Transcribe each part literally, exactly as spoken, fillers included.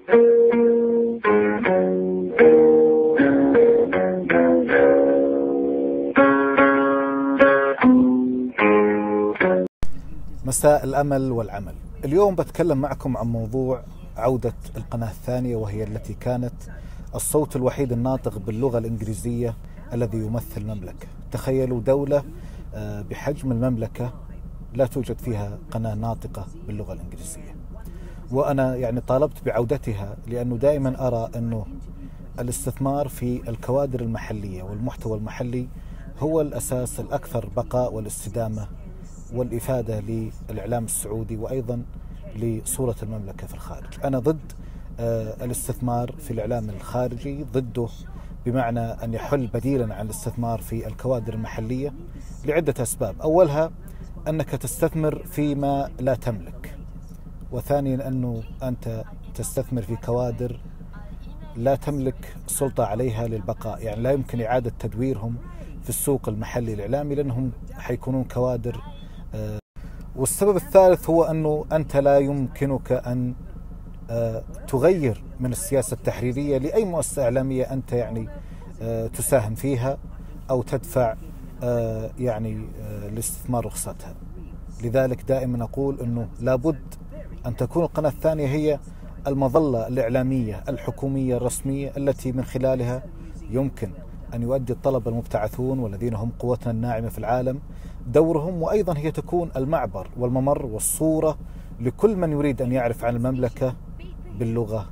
مساء الأمل والعمل. اليوم بتكلم معكم عن موضوع عودة القناة الثانية، وهي التي كانت الصوت الوحيد الناطق باللغة الإنجليزية الذي يمثل المملكة. تخيلوا دولة بحجم المملكة لا توجد فيها قناة ناطقة باللغة الإنجليزية، وأنا يعني طالبت بعودتها لأنه دائما أرى أنه الاستثمار في الكوادر المحلية والمحتوى المحلي هو الأساس الأكثر بقاء والاستدامة والإفادة للإعلام السعودي وأيضا لصورة المملكة في الخارج. أنا ضد الاستثمار في الإعلام الخارجي، ضده بمعنى أن يحل بديلا عن الاستثمار في الكوادر المحلية لعدة أسباب. أولها أنك تستثمر فيما لا تملك، وثانيا أنه أنت تستثمر في كوادر لا تملك سلطة عليها للبقاء، يعني لا يمكن إعادة تدويرهم في السوق المحلي الإعلامي لأنهم حيكونون كوادر. والسبب الثالث هو أنه أنت لا يمكنك أن تغير من السياسة التحريرية لأي مؤسسة إعلامية أنت يعني تساهم فيها أو تدفع يعني لاستثمار رخصتها. لذلك دائما أقول أنه لابد أن تكون القناة الثانية هي المظلة الإعلامية الحكومية الرسمية التي من خلالها يمكن أن يؤدي الطلبة المبتعثون والذين هم قوتنا الناعمة في العالم دورهم، وأيضا هي تكون المعبر والممر والصورة لكل من يريد أن يعرف عن المملكة باللغة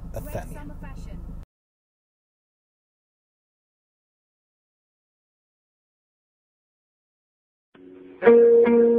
الثانية.